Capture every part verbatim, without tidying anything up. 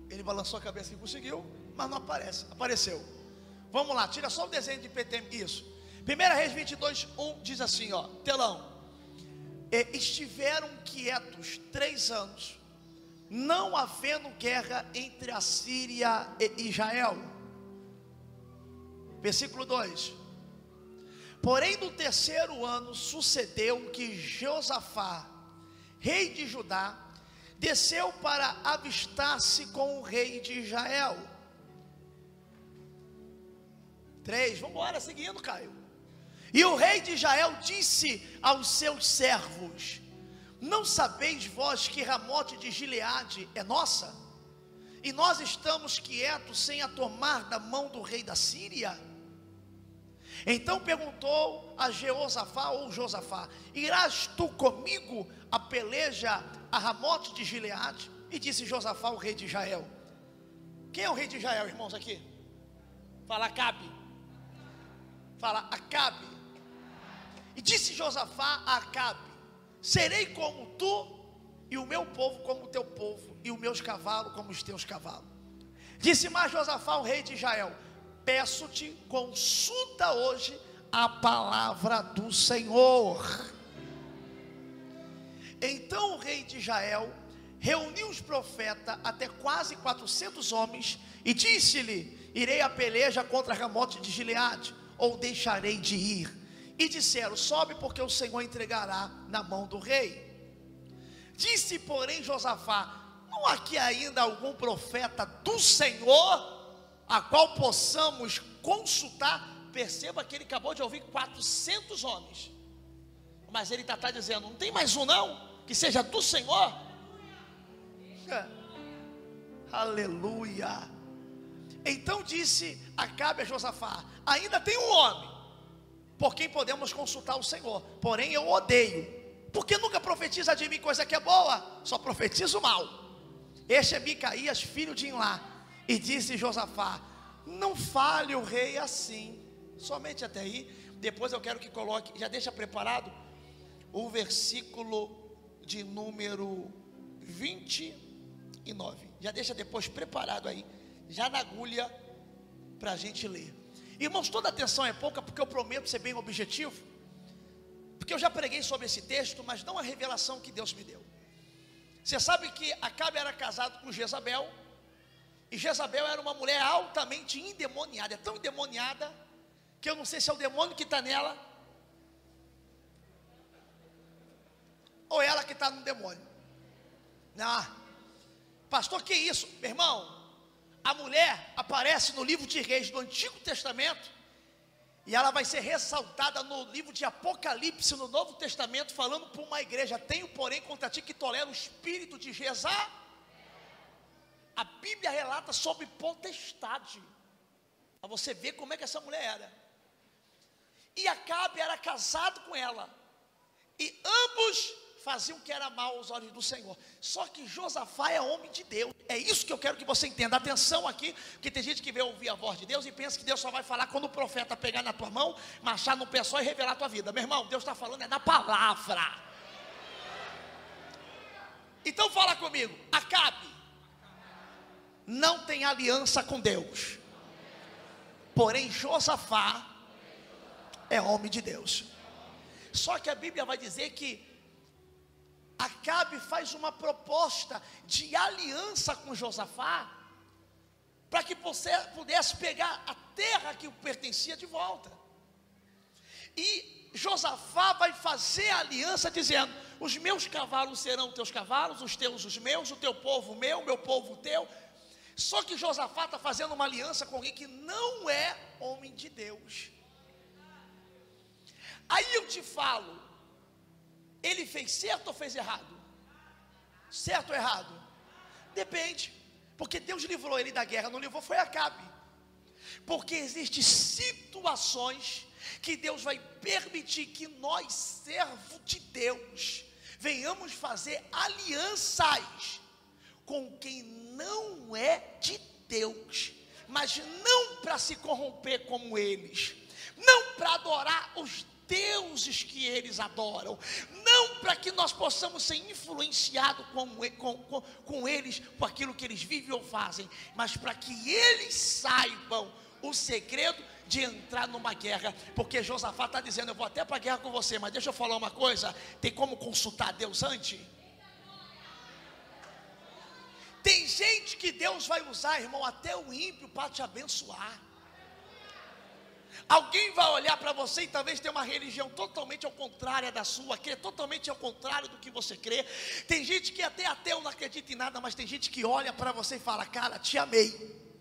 Ele balançou a cabeça que conseguiu, mas não aparece. Apareceu. Vamos lá, tira só o desenho de P T. Isso. primeira Reis vinte e dois, um diz assim, ó, telão. E estiveram quietos três anos, não havendo guerra entre a Síria e Israel. Versículo dois. Porém no terceiro ano sucedeu que Josafá, rei de Judá, desceu para avistar-se com o rei de Israel. Três, vamos embora, seguindo, Caio. E o rei de Israel disse aos seus servos: não sabeis vós que Ramote de Gileade é nossa? E nós estamos quietos sem a tomar da mão do rei da Síria? Então perguntou a Jeosafá ou Josafá: irás tu comigo a peleja a Ramote de Gileade? E disse Josafá, o rei de Israel. Quem é o rei de Israel, irmãos, aqui? Fala Acabe. Fala Acabe. E disse Josafá a Acabe: serei como tu, e o meu povo como o teu povo, e os meus cavalos como os teus cavalos. Disse mais Josafá, o rei de Israel: peço-te, consulta hoje a palavra do Senhor. Então o rei de Israel reuniu os profetas, até quase quatrocentos homens, e disse-lhe: irei a peleja contra Ramote de Gileade, ou deixarei de ir? E disseram: sobe, porque o Senhor entregará na mão do rei. Disse porém Josafá: não há aqui ainda algum profeta do Senhor, a qual possamos consultar? Perceba que ele acabou de ouvir quatrocentos homens, mas ele está tá dizendo: não tem mais um não, que seja do Senhor? É. Aleluia. Então disse Acabe a Josafá: ainda tem um homem por quem podemos consultar o Senhor, porém eu odeio, porque nunca profetiza de mim coisa que é boa, só profetiza o mal. Este é Micaías, filho de Imlá. E disse Josafá: não fale o rei assim. Somente até aí. Depois eu quero que coloque, já deixa preparado o versículo de número vinte e nove. Já deixa depois preparado aí, já na agulha, para a gente ler. Irmãos, toda atenção é pouca, porque eu prometo ser bem objetivo, porque eu já preguei sobre esse texto, mas não a revelação que Deus me deu. Você sabe que Acabe era casado com Jezabel, e Jezabel era uma mulher altamente endemoniada. É tão endemoniada que eu não sei se é o demônio que está nela, ou ela que está no demônio. Não, pastor, que isso? Meu irmão, a mulher aparece no livro de Reis do Antigo Testamento, e ela vai ser ressaltada no livro de Apocalipse no Novo Testamento, falando para uma igreja: tenho porém contra ti que tolera o espírito de Jezabel. A Bíblia relata sobre potestade, para você ver como é que essa mulher era. E Acabe era casado com ela, e ambos faziam o que era mal aos olhos do Senhor. Só que Josafá é homem de Deus. É isso que eu quero que você entenda. Atenção aqui, porque tem gente que vê ouvir a voz de Deus e pensa que Deus só vai falar quando o profeta pegar na tua mão, marchar no pé só e revelar a tua vida. Meu irmão, Deus está falando é na palavra. Então fala comigo. Acabe não tem aliança com Deus, porém Josafá é homem de Deus. Só que a Bíblia vai dizer que Acabe faz uma proposta de aliança com Josafá, para que você pudesse pegar a terra que pertencia de volta. E Josafá vai fazer a aliança dizendo: os meus cavalos serão teus cavalos, os teus os meus, o teu povo o meu, meu povo o teu. Só que Josafá está fazendo uma aliança com alguém que não é homem de Deus. Aí eu te falo, ele fez certo ou fez errado? Certo ou errado? Depende, porque Deus livrou ele da guerra, não livrou foi Acabe. Porque existem situações que Deus vai permitir que nós, servos de Deus, venhamos fazer alianças com quem não é de Deus, mas não para se corromper como eles, não para adorar os deuses que eles adoram, não para que nós possamos ser influenciados com, com, com, com eles, com aquilo que eles vivem ou fazem, mas para que eles saibam o segredo de entrar numa guerra. Porque Josafá está dizendo: eu vou até para a guerra com você, mas deixa eu falar uma coisa, tem como consultar Deus antes? Tem gente que Deus vai usar, irmão, até o ímpio para te abençoar. Alguém vai olhar para você e talvez tenha uma religião totalmente ao contrário da sua, crê totalmente ao contrário do que você crê. Tem gente que até ateu não acredita em nada, mas tem gente que olha para você e fala: cara, te amei.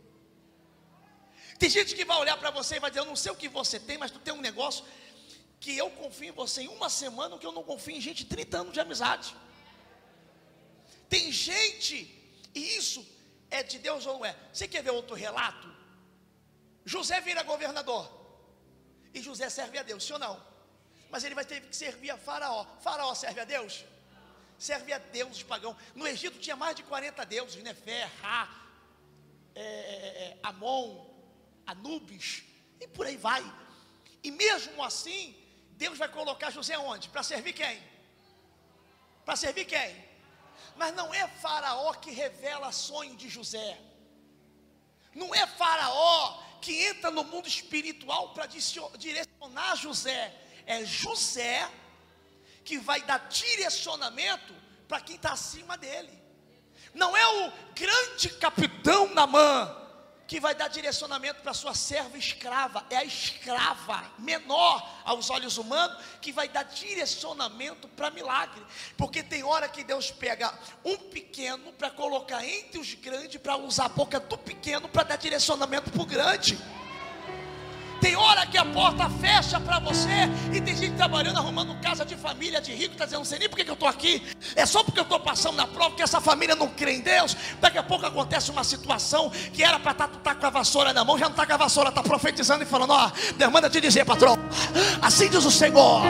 Tem gente que vai olhar para você e vai dizer: eu não sei o que você tem, mas tu tem um negócio que eu confio em você em uma semana, o que eu não confio em gente de trinta anos de amizade. Tem gente, e isso é de Deus ou não é? Você quer ver outro relato? José vira governador, e José serve a Deus, sim ou não? Mas ele vai ter que servir a Faraó. Faraó serve a Deus? Serve a deuses pagãos. No Egito tinha mais de quarenta deuses, Nefé, Ra, é, é, Amon, Anubis, e por aí vai. E mesmo assim, Deus vai colocar José onde? Para servir quem? Para servir quem? Mas não é Faraó que revela sonho de José. Não é Faraó que entra no mundo espiritual para direcionar José. É José que vai dar direcionamento para quem está acima dele. Não é o grande capitão Naamã que vai dar direcionamento para sua serva escrava. É a escrava menor aos olhos humanos que vai dar direcionamento para milagre. Porque tem hora que Deus pega um pequeno para colocar entre os grandes, para usar a boca do pequeno para dar direcionamento para o grande. Tem hora que a porta fecha para você, e tem gente trabalhando, arrumando casa de família, de rico, está dizendo: não sei nem porque que eu estou aqui, é só porque eu estou passando na prova, que essa família não crê em Deus. Daqui a pouco acontece uma situação que era para estar tá, tá com a vassoura na mão, já não está com a vassoura, está profetizando e falando: ó, Deus manda te dizer, patrão, assim diz o Senhor.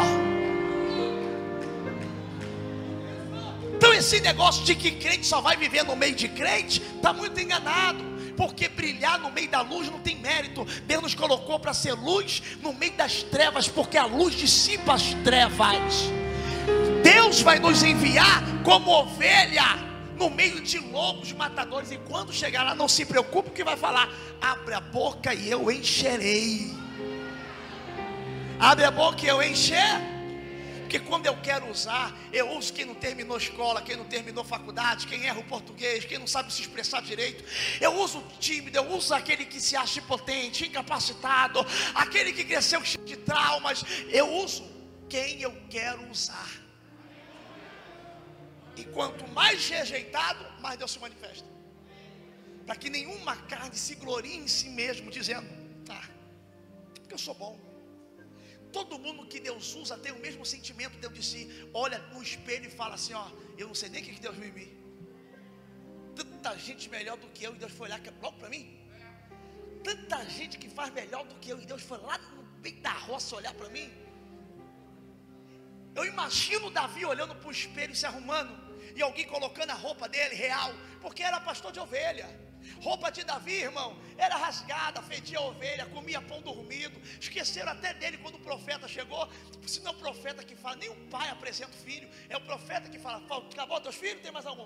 Então esse negócio de que crente só vai viver no meio de crente, está muito enganado. Porque brilhar no meio da luz não tem mérito. Deus nos colocou para ser luz no meio das trevas, porque a luz dissipa as trevas. Deus vai nos enviar como ovelha no meio de lobos matadores. E quando chegar lá, não se preocupe, que vai falar: abre a boca e eu encherei. Abre a boca e eu encher. Porque quando eu quero usar, eu uso quem não terminou escola, quem não terminou faculdade, quem erra o português, quem não sabe se expressar direito. Eu uso o tímido, eu uso aquele que se acha impotente, incapacitado, aquele que cresceu cheio de traumas. Eu uso quem eu quero usar. E quanto mais rejeitado, mais Deus se manifesta. Para que nenhuma carne se glorie em si mesmo, dizendo: ah, porque eu sou bom. Todo mundo que Deus usa tem o mesmo sentimento dentro de si. Olha no espelho e fala assim: ó, eu não sei nem o que Deus viu em mim. Tanta gente melhor do que eu, e Deus foi olhar logo para mim. Tanta gente que faz melhor do que eu, e Deus foi lá no meio da roça olhar para mim. Eu imagino Davi olhando para o espelho, se arrumando, e alguém colocando a roupa dele real, porque era pastor de ovelha. Roupa de Davi, irmão, era rasgada, fedia a ovelha, comia pão dormido. Esqueceram até dele quando o profeta chegou. Se não é o profeta que fala, nem o pai apresenta o filho, é o profeta que fala: acabou teus filhos, tem mais algum?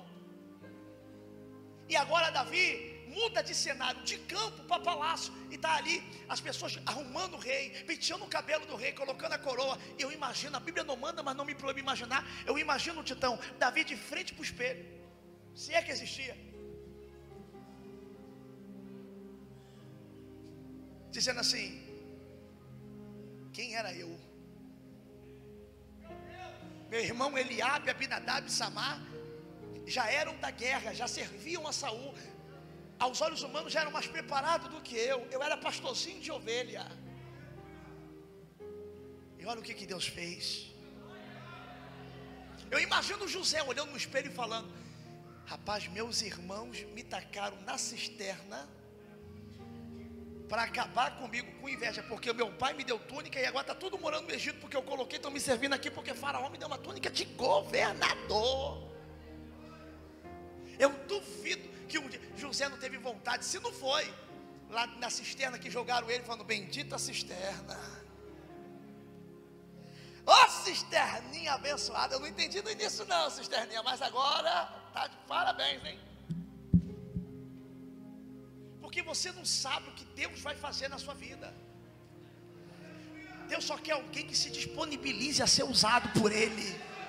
E agora Davi muda de cenário, de campo para palácio, e está ali as pessoas arrumando o rei, penteando o cabelo do rei, colocando a coroa. E eu imagino, a Bíblia não manda, mas não me proíbe imaginar, eu imagino o Titão, Davi de frente para o espelho, se é que existia, dizendo assim: quem era eu? Meu irmão Eliabe, Abinadab e Samar já eram da guerra, já serviam a Saul. Aos olhos humanos já eram mais preparados do que eu. Eu era pastorzinho de ovelha. E olha o que, que Deus fez. Eu imagino José olhando no espelho e falando: rapaz, meus irmãos me tacaram na cisterna para acabar comigo com inveja, porque o meu pai me deu túnica e agora está tudo morando no Egito porque eu coloquei, estão me servindo aqui porque Faraó me deu uma túnica de governador. Eu duvido que um dia José não teve vontade, se não foi lá na cisterna que jogaram ele, falando: bendita cisterna. cisterninha abençoada. Eu não entendi no início não, cisterninha, mas agora tá de parabéns, hein? Porque você não sabe o que Deus vai fazer na sua vida. Deus só quer alguém que se disponibilize a ser usado por Ele.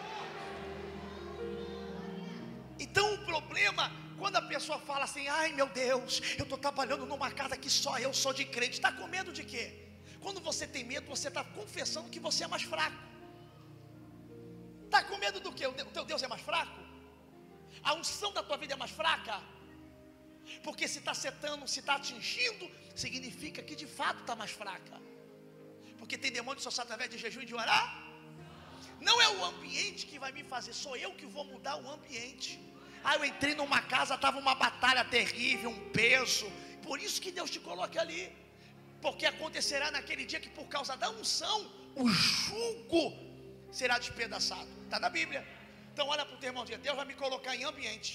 Então o problema, quando a pessoa fala assim: ai meu Deus, eu estou trabalhando numa casa que só eu sou de crente. Está com medo de quê? Quando você tem medo, você está confessando que você é mais fraco. Está com medo do quê? O teu Deus é mais fraco? A unção da tua vida é mais fraca? Porque se está setando, se está atingindo, significa que de fato está mais fraca. Porque tem demônio só sai através de jejum e de orar. Não é o ambiente que vai me fazer, sou eu que vou mudar o ambiente. Ah, eu entrei numa casa, estava uma batalha terrível, um peso. Por isso que Deus te coloca ali. Porque acontecerá naquele dia que por causa da unção, o jugo será despedaçado. Está na Bíblia. Então olha para o teu irmão, Deus vai me colocar em ambiente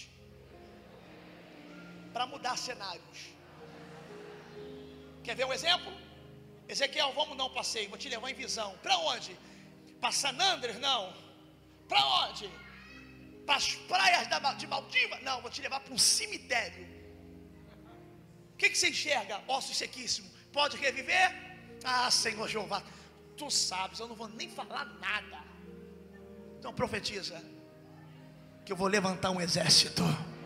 para mudar cenários. Quer ver um exemplo? Ezequiel, vamos dar um passeio, vou te levar em visão. Para onde? Para San Andres? Não. Para onde? Para as praias de Maldiva? Não, vou te levar para um cemitério. O que, que você enxerga? Ossos sequíssimos. Pode reviver? Ah, Senhor Jeová, tu sabes, eu não vou nem falar nada. Então profetiza que eu vou levantar um exército.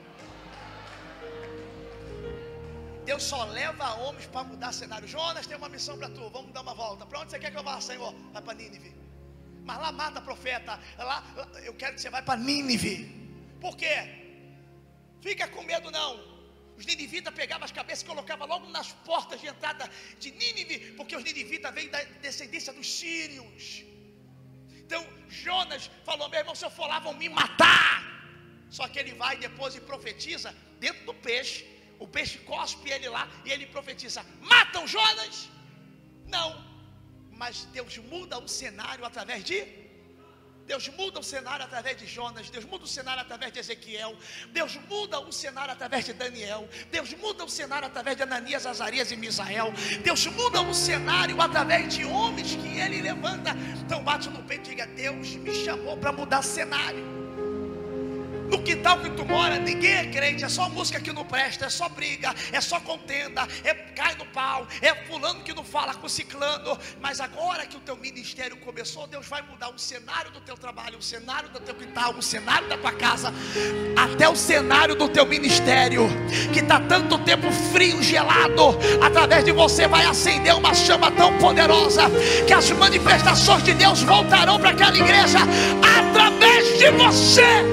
Deus só leva homens para mudar cenário. Jonas, tem uma missão para tu, vamos dar uma volta. Para onde você quer que eu vá, Senhor? Vai para Nínive. Mas lá mata profeta. Lá, lá, eu quero que você vá para Nínive. Por quê? Fica com medo não. Os ninivitas pegavam as cabeças e colocavam logo nas portas de entrada de Nínive, porque os ninivitas vêm da descendência dos sírios. Então Jonas falou: meu irmão, se eu for lá vão me matar. Só que ele vai depois e profetiza dentro do peixe. O peixe cospe ele lá e ele profetiza: matam Jonas? Não, mas Deus muda o cenário através de Deus muda o cenário através de Jonas. Deus muda o cenário através de Ezequiel. Deus muda o cenário através de Daniel. Deus muda o cenário através de Ananias, Azarias e Misael. Deus muda o cenário através de homens que ele levanta. Então bate no peito e diga: Deus me chamou para mudar cenário. No quintal que tu mora, ninguém é crente, é só música que não presta, é só briga, é só contenda, é cai no pau, é fulano que não fala com ciclano. Mas agora que o teu ministério começou, Deus vai mudar o cenário do teu trabalho, o cenário do teu quintal, o cenário da tua casa, até o cenário do teu ministério, que está tanto tempo frio, gelado. Através de você vai acender uma chama tão poderosa, que as manifestações de Deus voltarão para aquela igreja, através de você.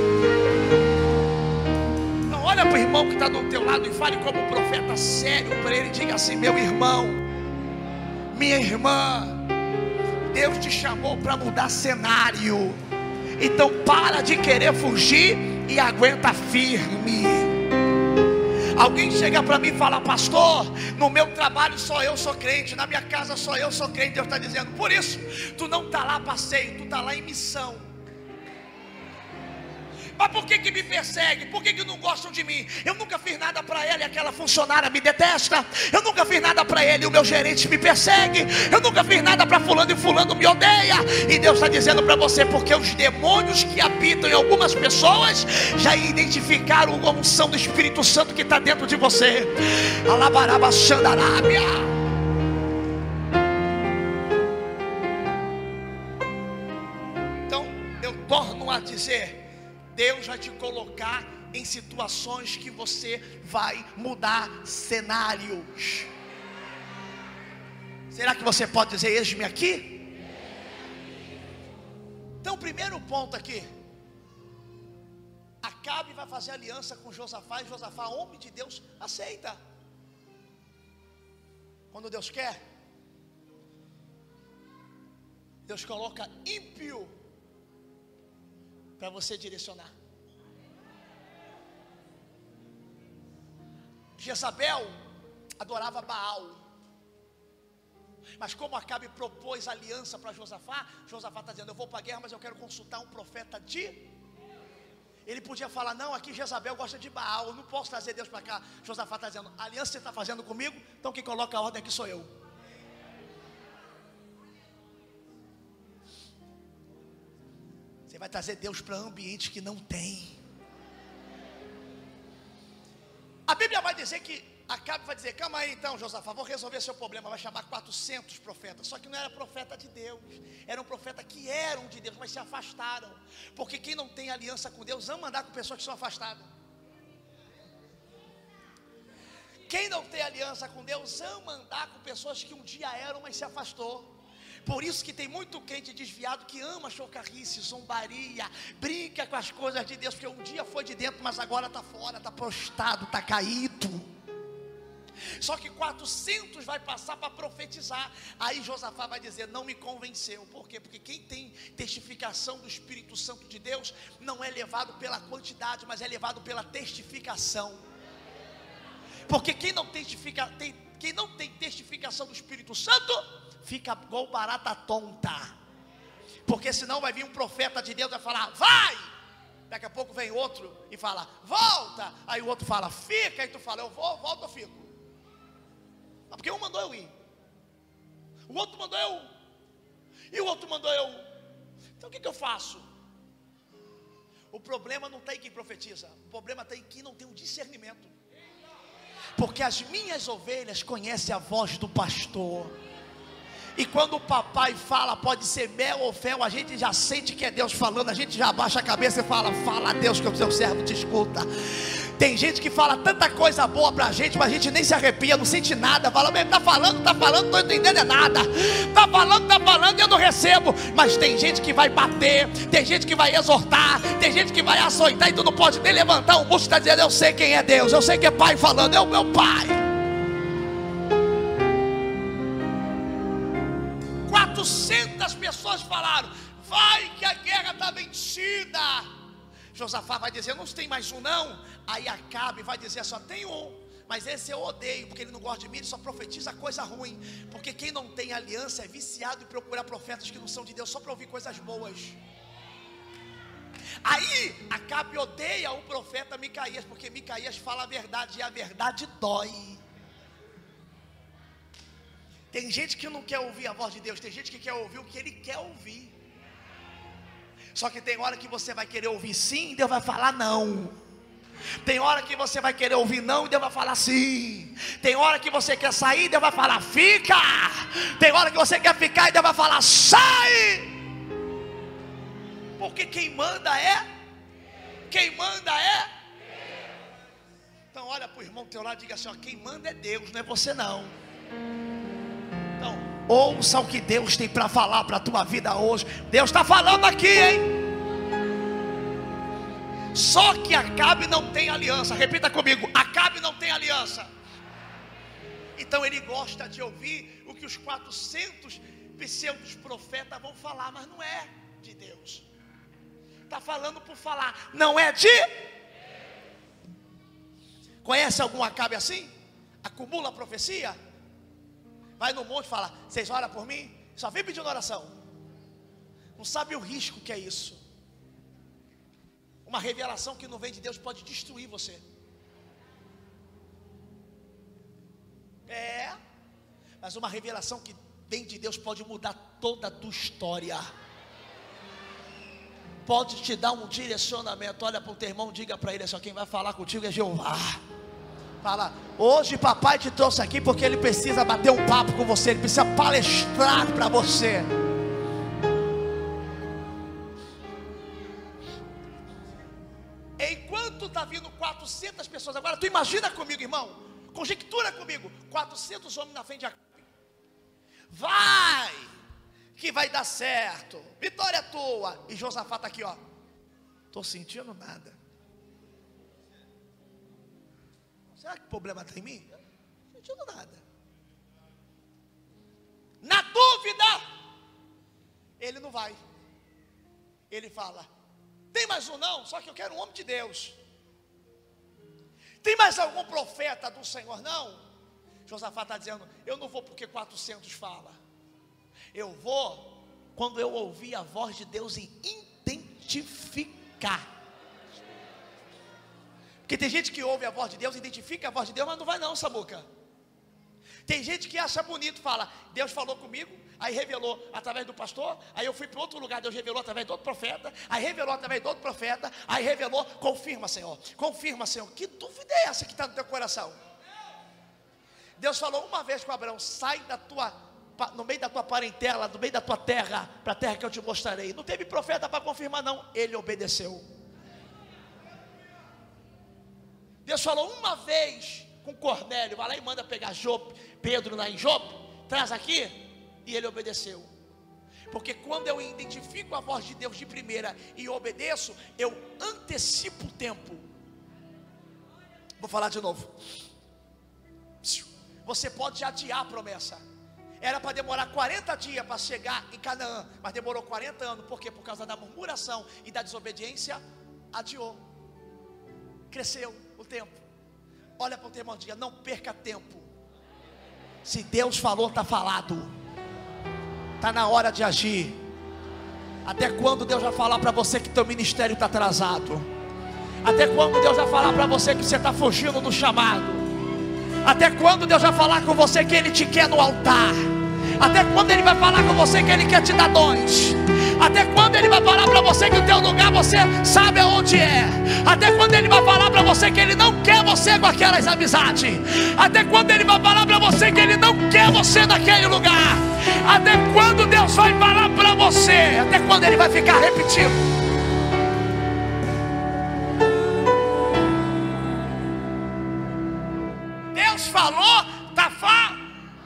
Olha para o irmão que está do teu lado e fale como um profeta sério para ele. Diga assim: meu irmão, minha irmã, Deus te chamou para mudar cenário. Então para de querer fugir e aguenta firme. Alguém chega para mim e fala: pastor, no meu trabalho só eu sou crente, na minha casa só eu sou crente. Deus está dizendo: por isso tu não está lá a passeio, tu está lá em missão. Mas por que que me persegue? Por que que não gostam de mim? Eu nunca fiz nada para ela e aquela funcionária me detesta. Eu nunca fiz nada para ele e o meu gerente me persegue. Eu nunca fiz nada para fulano e fulano me odeia. E Deus está dizendo para você: porque os demônios que habitam em algumas pessoas já identificaram a unção do Espírito Santo que está dentro de você. Alabaraba Xandarábia. Então eu torno a dizer: Deus vai te colocar em situações que você vai mudar cenários. Será que você pode dizer: eis-me aqui? Então, primeiro ponto aqui: Acabe vai fazer aliança com Josafá, e Josafá, homem de Deus, aceita. Quando Deus quer, Deus coloca ímpio para você direcionar. Jezabel adorava Baal, mas como Acabe propôs aliança para Josafá, Josafá está dizendo: eu vou para a guerra, mas eu quero consultar um profeta de... Ele podia falar: não, aqui Jezabel gosta de Baal, eu não posso trazer Deus para cá. Josafá está dizendo: a aliança que você está fazendo comigo, então quem coloca a ordem aqui sou eu. Você vai trazer Deus para ambientes que não tem. A Bíblia vai dizer que Acabe vai dizer: calma aí então, Josafá, vou resolver seu problema. Vai chamar quatrocentos profetas. Só que não era profeta de Deus, eram profetas que eram de Deus, mas se afastaram. Porque quem não tem aliança com Deus ama andar com pessoas que são afastadas. Quem não tem aliança com Deus ama andar com pessoas que um dia eram, mas se afastou. Por isso que tem muito crente desviado que ama chocarrice, zombaria, brinca com as coisas de Deus, porque um dia foi de dentro, mas agora está fora, está prostrado, está caído. Só que quatrocentos vai passar para profetizar. Aí Josafá vai dizer: não me convenceu. Por quê? Porque quem tem testificação do Espírito Santo de Deus não é levado pela quantidade, mas é levado pela testificação. Porque quem não testifica, tem, quem não tem testificação do Espírito Santo fica igual barata tonta. Porque senão vai vir um profeta de Deus e vai falar: vai! Daqui a pouco vem outro e fala: volta! Aí o outro fala: fica! Aí tu fala: eu vou, volto ou fico? Porque um mandou eu ir, o outro mandou eu, e o outro mandou eu. Então o que, que eu faço? O problema não está em quem profetiza, o problema está em quem não tem um discernimento. Porque as minhas ovelhas conhecem a voz do pastor. E quando o papai fala, pode ser mel ou fel, a gente já sente que é Deus falando, a gente já abaixa a cabeça e fala: fala a Deus que o seu servo te escuta. Tem gente que fala tanta coisa boa pra gente, mas a gente nem se arrepia, não sente nada. Fala: tá falando, tá falando, não tô entendendo é nada. Tá falando, tá falando e eu não recebo. Mas tem gente que vai bater, tem gente que vai exortar, tem gente que vai açoitar e tu não pode nem levantar um busto e tá dizendo: eu sei quem é Deus, eu sei que é pai falando, é o meu pai. quatrocentas pessoas falaram: vai que a guerra está vencida. Josafá vai dizer: não tem mais um não. Aí Acabe vai dizer: só tem um, mas esse eu odeio, porque ele não gosta de mim, ele só profetiza coisa ruim. Porque quem não tem aliança é viciado em procurar profetas que não são de Deus, só para ouvir coisas boas. Aí Acabe odeia o profeta Micaías, porque Micaías fala a verdade, e a verdade dói. Tem gente que não quer ouvir a voz de Deus, tem gente que quer ouvir o que ele quer ouvir. Só que tem hora que você vai querer ouvir sim, e Deus vai falar não. Tem hora que você vai querer ouvir não, e Deus vai falar sim. Tem hora que você quer sair, e Deus vai falar fica. Tem hora que você quer ficar, e Deus vai falar sai. Porque quem manda é Quem manda é Então olha para o irmão teu lado e diga assim: ó, quem manda é Deus, não é você não. Então, ouça o que Deus tem para falar para a tua vida hoje. Deus está falando aqui, hein? Só que Acabe não tem aliança. Repita comigo: Acabe não tem aliança. Então ele gosta de ouvir o que os quatrocentos pseudos profetas vão falar, mas não é de Deus. Está falando por falar, não é de. Conhece algum Acabe assim? Acumula a profecia, vai no monte e fala: vocês oram por mim? Só vem pedindo oração. Não sabe o risco que é isso. Uma revelação que não vem de Deus pode destruir você. É, mas uma revelação que vem de Deus pode mudar toda a tua história. Pode te dar um direcionamento. Olha para o teu irmão, diga para ele assim: quem vai falar contigo é Jeová. Fala: hoje papai te trouxe aqui porque ele precisa bater um papo com você, ele precisa palestrar para você. Enquanto está vindo quatrocentas pessoas, agora tu imagina comigo, irmão, conjectura comigo, quatrocentos homens na frente de Acabe. Vai, que vai dar certo, vitória tua. E Josafá está aqui, ó: estou sentindo nada. Será que o problema está em mim? Não estou sentindo nada. Na dúvida, ele não vai. Ele fala: tem mais um não? Só que eu quero um homem de Deus. Tem mais algum profeta do Senhor não? Josafá está dizendo: eu não vou porque quatrocentos fala. Eu vou quando eu ouvir a voz de Deus e identificar. Porque tem gente que ouve a voz de Deus, identifica a voz de Deus, mas não vai não, Samuca. Tem gente que acha bonito, fala, Deus falou comigo, aí revelou através do pastor, aí eu fui para outro lugar, Deus revelou através do outro profeta, aí revelou através do outro profeta, aí revelou, confirma, Senhor, confirma, Senhor. Que dúvida é essa que está no teu coração? Deus falou uma vez com Abraão, sai da tua, no meio da tua parentela, no meio da tua terra, para a terra que eu te mostrarei. Não teve profeta para confirmar não, ele obedeceu. Deus falou uma vez com Cornélio, vai lá e manda pegar Jope, Pedro lá em Jope, traz aqui, e ele obedeceu. Porque quando eu identifico a voz de Deus de primeira e obedeço, eu antecipo o tempo. Vou falar de novo. Você pode adiar a promessa. Era para demorar quarenta dias para chegar em Canaã, mas demorou quarenta anos, por quê? Por causa da murmuração e da desobediência, adiou. Cresceu o tempo. Olha para o teu irmão e diga, não perca tempo. Se Deus falou, está falado. Está na hora de agir. Até quando Deus vai falar para você que teu ministério está atrasado? Até quando Deus vai falar para você que você está fugindo do chamado? Até quando Deus vai falar com você que Ele te quer no altar? Até quando Ele vai falar com você que Ele quer te dar dons? Até quando Ele vai falar para você que o teu lugar você sabe aonde é? Até quando Ele vai falar para você que Ele não quer você com aquelas amizades? Até quando Ele vai falar para você que Ele não quer você naquele lugar? Até quando Deus vai falar para você? Até quando Ele vai ficar repetindo? Deus falou, tá falando.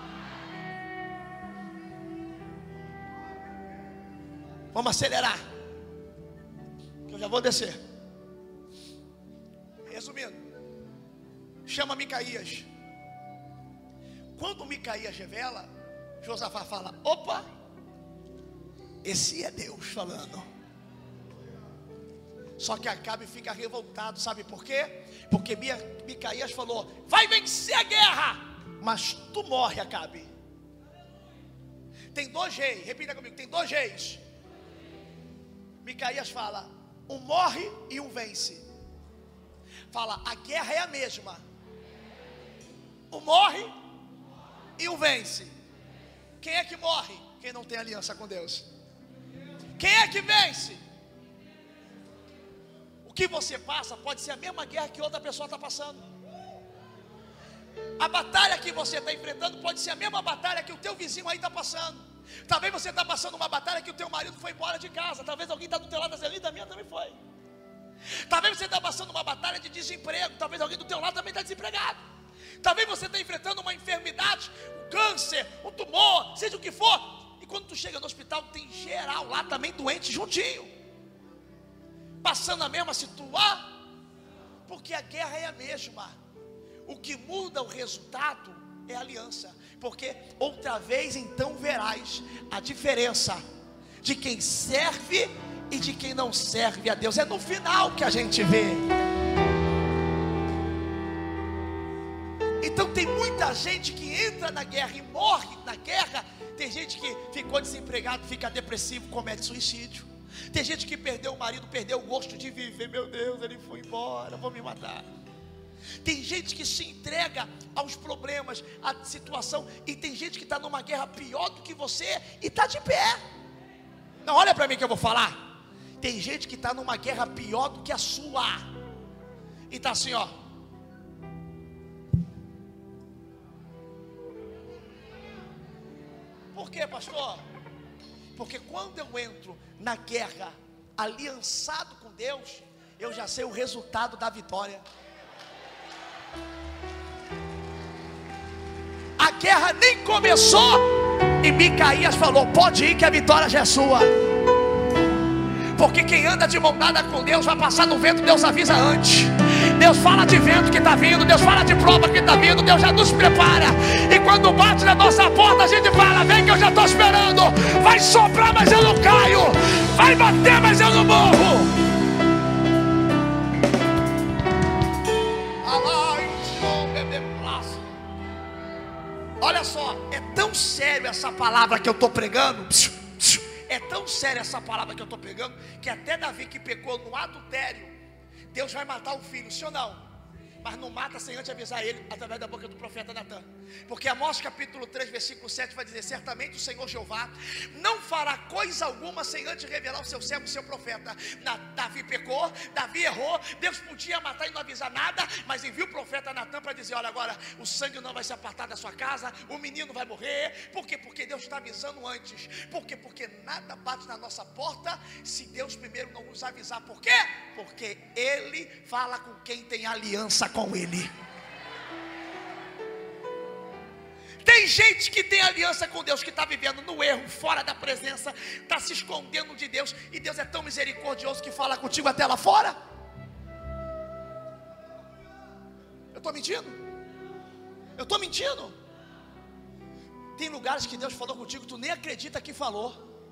Vamos acelerar, que eu já vou descer. Resumindo, chama Micaías. Quando Micaías revela, Josafá fala, opa, esse é Deus falando. Só que Acabe fica revoltado, sabe por quê? Porque Micaías falou, vai vencer a guerra, mas tu morre, Acabe. Tem dois reis, repita comigo, tem dois reis. Micaías fala, um morre e um vence. Fala, a guerra é a mesma. Um morre e um vence. Quem é que morre? Quem não tem aliança com Deus. Quem é que vence? O que você passa pode ser a mesma guerra que outra pessoa está passando. A batalha que você está enfrentando pode ser a mesma batalha que o teu vizinho aí está passando. Talvez você está passando uma batalha que o teu marido foi embora de casa. Talvez alguém está do teu lado dizendo, da minha também foi. Talvez você está passando uma batalha de desemprego. Talvez alguém do teu lado também está desempregado. Talvez você está enfrentando uma enfermidade, um câncer, um tumor, seja o que for. E quando tu chega no hospital, tem geral lá também doente juntinho, passando a mesma situação. Porque a guerra é a mesma. O que muda o resultado é a aliança. Porque outra vez então verás a diferença de quem serve e de quem não serve a Deus. É no final que a gente vê. Então tem muita gente que entra na guerra e morre na guerra. Tem gente que ficou desempregado, fica depressivo, comete suicídio. Tem gente que perdeu o marido, perdeu o gosto de viver. Meu Deus, ele foi embora, vou me matar. Tem gente que se entrega aos problemas, à situação. E tem gente que está numa guerra pior do que você e está de pé. Não, olha para mim que eu vou falar. Tem gente que está numa guerra pior do que a sua e está assim, ó. Por quê, pastor? Porque quando eu entro na guerra aliançado com Deus, eu já sei o resultado da vitória. A guerra nem começou e Micaías falou, pode ir que a vitória já é sua. Porque quem anda de mão dada com Deus vai passar no vento, Deus avisa antes. Deus fala de vento que está vindo, Deus fala de prova que está vindo, Deus já nos prepara. E quando bate na nossa porta, a gente fala, vem que eu já estou esperando. Vai soprar, mas eu não caio. Vai bater, mas eu não morro. Olha só, é tão sério essa palavra que eu estou pregando. É tão séria essa palavra que eu estou pregando, que até Davi que pecou no adultério, Deus vai matar o filho, sim ou não? mas não mata sem antes avisar ele, através da boca do profeta Natan. Porque Amós capítulo três, versículo sete vai dizer: certamente o Senhor Jeová não fará coisa alguma sem antes revelar o seu servo, o seu profeta. Na, Davi pecou, Davi errou, Deus podia matar e não avisar nada, mas enviou o profeta Natan para dizer: olha, agora o sangue não vai se apartar da sua casa, o menino vai morrer. Por quê? Porque Deus está avisando antes. Por quê? Porque nada bate na nossa porta se Deus primeiro não nos avisar. Por quê? Porque Ele fala com quem tem aliança com Ele. Tem gente que tem aliança com Deus, que está vivendo no erro, fora da presença, está se escondendo de Deus, e Deus é tão misericordioso que fala contigo até lá fora. Eu estou mentindo? Eu estou mentindo? Tem lugares que Deus falou contigo, tu nem acredita que falou.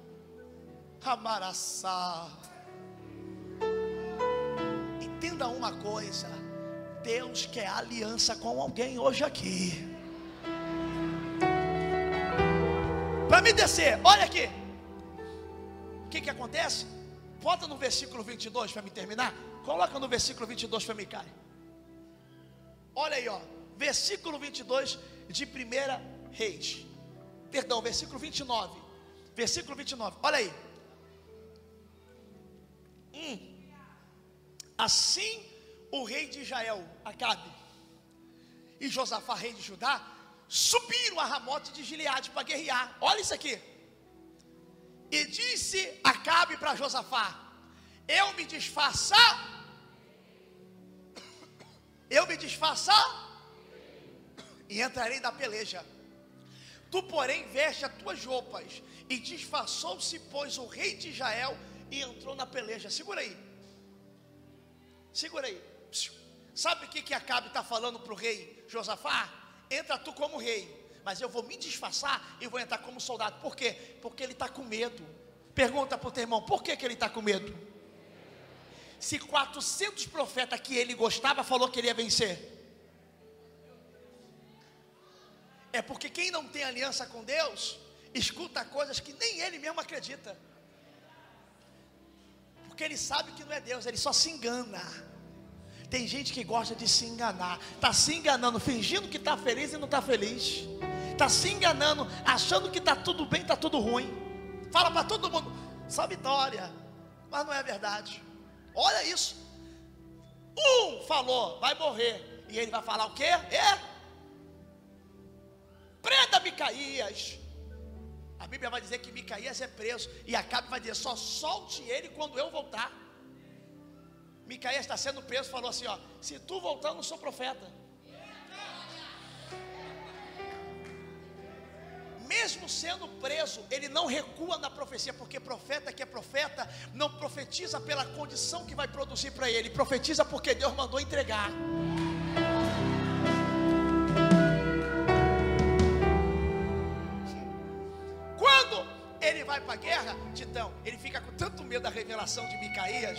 Amaraçá. Entenda uma coisa: Deus quer aliança com alguém hoje aqui. Para me descer, olha aqui. O que que acontece? Volta no versículo vinte e dois para me terminar. Coloca no versículo vinte e dois para mim, cara. Olha aí, ó. Versículo vinte e dois de primeira Reis. Perdão, versículo vinte e nove. Versículo vinte e nove, olha aí. Hum. Assim o rei de Israel, Acabe, e Josafá, rei de Judá, subiram a Ramote de Gileade para guerrear. Olha isso aqui. E disse Acabe para Josafá: eu me disfarçar, eu me disfarçar e entrarei na peleja. Tu, porém, veste as tuas roupas. E disfarçou-se, pois, o rei de Israel e entrou na peleja. Segura aí. Segura aí. Sabe o que que Acabe está falando para o rei Josafá? Entra tu como rei, mas eu vou me disfarçar e vou entrar como soldado. Por quê? Porque ele está com medo. Pergunta para o teu irmão: por que que ele está com medo? Se quatrocentos profetas que ele gostava falou que ele ia vencer, é porque quem não tem aliança com Deus escuta coisas que nem ele mesmo acredita, porque ele sabe que não é Deus, ele só se engana. Tem gente que gosta de se enganar, está se enganando, fingindo que está feliz e não está feliz, está se enganando, achando que está tudo bem, está tudo ruim. Fala para todo mundo: só vitória, mas não é verdade. Olha isso. Um falou, vai morrer, e ele vai falar o quê? É? Prenda Micaías. A Bíblia vai dizer que Micaías é preso, e Acabe vai dizer: só solte ele quando eu voltar. Micaías está sendo preso, falou assim: ó, se tu voltar eu não sou profeta. Mesmo sendo preso, ele não recua na profecia, porque profeta que é profeta não profetiza pela condição que vai produzir para ele, profetiza porque Deus mandou entregar. Quando ele vai para a guerra, Titão, ele fica com tanto medo da revelação de Micaías.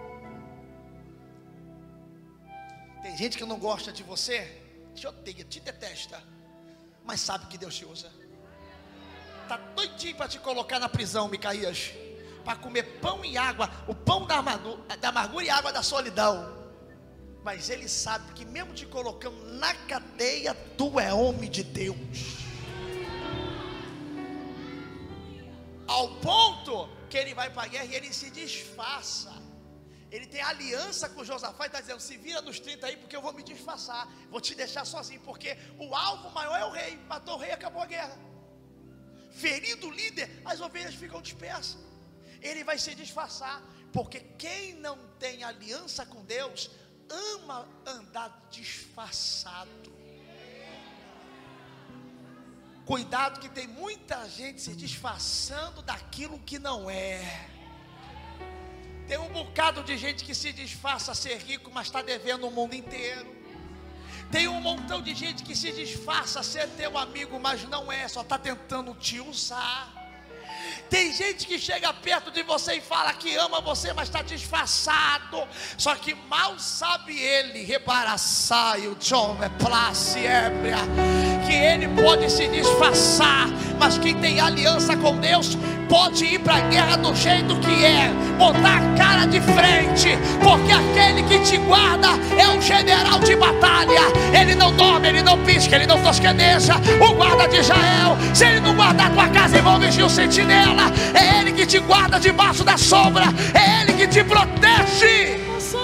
Tem gente que não gosta de você, te odeia, te detesta, mas sabe que Deus te usa. Está doidinho para te colocar na prisão, Micaías, para comer pão e água, o pão da amargura, da amargura e água da solidão. Mas ele sabe que mesmo te colocando na cadeia, tu é homem de Deus. Ao ponto que ele vai para a guerra e ele se disfarça. Ele tem aliança com Josafá e está dizendo: se vira nos trinta aí, porque eu vou me disfarçar, vou te deixar sozinho, porque o alvo maior é o rei. Matou o rei, acabou a guerra. Ferido o líder, as ovelhas ficam dispersas. Ele vai se disfarçar, porque quem não tem aliança com Deus ama andar disfarçado. Cuidado, que tem muita gente se disfarçando daquilo que não é. Tem um bocado de gente que se disfarça ser rico, mas está devendo o mundo inteiro. Tem um montão de gente que se disfarça ser teu amigo, mas não é, só está tentando te usar. Tem gente que chega perto de você e fala que ama você, mas está disfarçado. Só que mal sabe ele, reparaçar e o John é place ébria, que ele pode se disfarçar, mas quem tem aliança com Deus pode ir para a guerra do jeito que é, botar a cara de frente, porque aquele que te guarda é um general de batalha. Ele não dorme, ele não pisca, ele não tosqueneja. O guarda de Israel, se ele não guardar a tua casa, vão vigiar o sentinela. É ele que te guarda debaixo da sombra, é ele que te protege.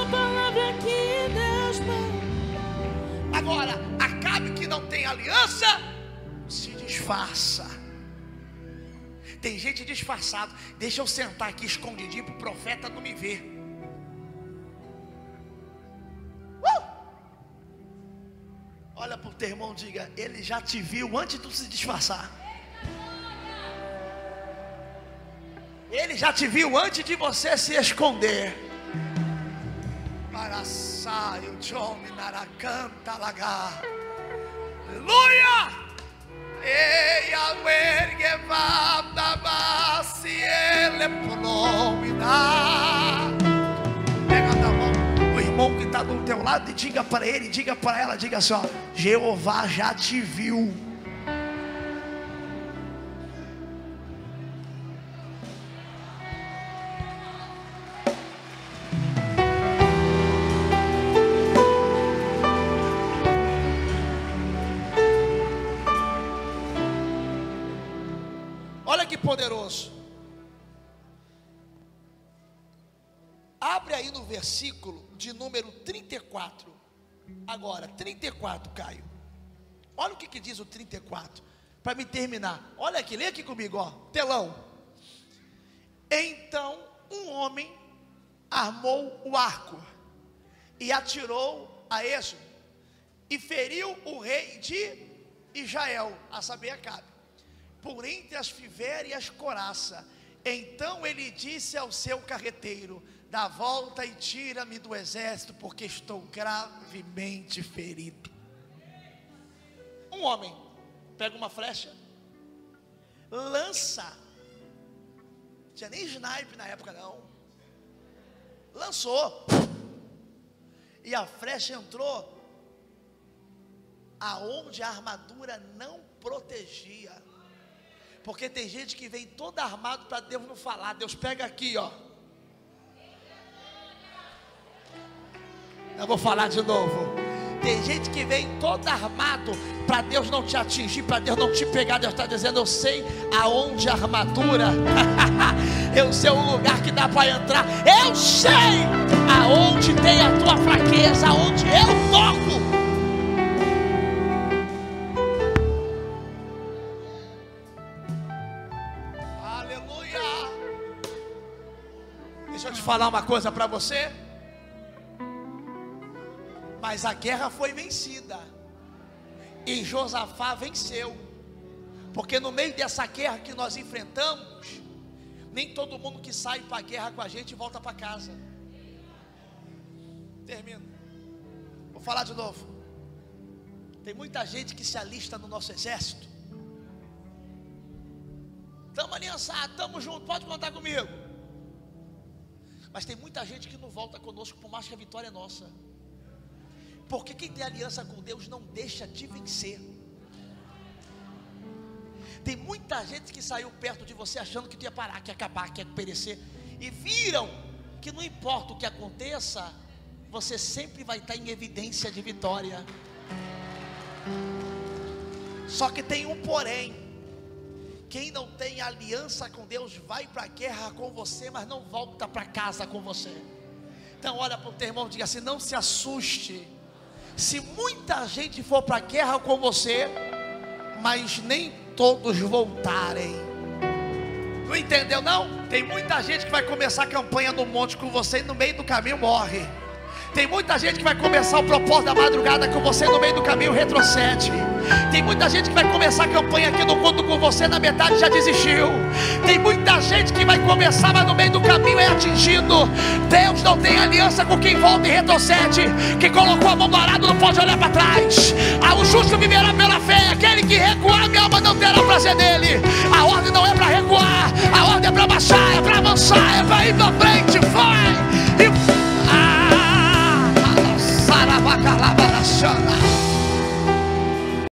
Agora, Acabe, que não tem aliança, se disfarça. Tem gente disfarçado. Deixa eu sentar aqui escondidinho para o profeta não me ver. uh! Olha para o teu irmão, diga: ele já te viu antes de tu se disfarçar. Ele já te viu antes de você se esconder. Para saio de homem naracanta lagar. Aleluia! Ei, awer gevam da base ele promina. Pega da mão o irmão que está do teu lado e diga para ele, diga para ela, diga assim: ó, Jeová já te viu. Poderoso. Abre aí no versículo de número trinta e quatro. Agora, trinta e quatro, Caio. Olha o que, que diz o trinta e quatro. Para me terminar. Olha aqui, lê aqui comigo, ó. Telão. Então um homem armou o arco e atirou a Êxodo e feriu o rei de Israel, a saber, Acabe, por entre as fivéria e as coraça. Então ele disse ao seu carreteiro: dá volta e tira-me do exército, porque estou gravemente ferido. Um homem pega uma flecha, lança, não tinha nem sniper na época não, lançou, e a flecha entrou aonde a armadura não protegia. Porque tem gente que vem todo armado para Deus não falar. Deus pega aqui, ó. Eu vou falar de novo. Tem gente que vem todo armado para Deus não te atingir, para Deus não te pegar. Deus está dizendo: eu sei aonde a armadura, eu sei o lugar que dá para entrar. Eu sei aonde tem a tua fraqueza, aonde eu toco. Deixa eu te falar uma coisa para você. Mas a guerra foi vencida e Josafá venceu. Porque no meio dessa guerra que nós enfrentamos, nem todo mundo que sai para a guerra com a gente volta para casa. Termino. Vou falar de novo. Tem muita gente que se alista no nosso exército. Estamos aliançados, estamos juntos, pode contar comigo. Mas tem muita gente que não volta conosco, por mais que a vitória é nossa. Porque quem tem aliança com Deus não deixa de vencer. Tem muita gente que saiu perto de você achando que tu ia parar, que ia acabar, que ia perecer, e viram que não importa o que aconteça, você sempre vai estar em evidência de vitória. Só que tem um porém. Quem não tem aliança com Deus vai para a guerra com você, mas não volta para casa com você. Então olha para o teu irmão e diga assim: não se assuste se muita gente for para a guerra com você, mas nem todos voltarem. Não entendeu não? Tem muita gente que vai começar a campanha no monte com você e no meio do caminho morre. Tem muita gente que vai começar o propósito da madrugada com você, no meio do caminho retrocede. Tem muita gente que vai começar a campanha aqui no culto com você, na metade já desistiu. Tem muita gente que vai começar, mas no meio do caminho é atingido. Deus não tem aliança com quem volta e retrocede. Quem colocou a mão no arado não pode olhar para trás. Ah, o justo viverá pela fé. Aquele que recuar, minha alma não terá prazer nele. A ordem não é para recuar, a ordem é para baixar, é para avançar, é para ir para frente.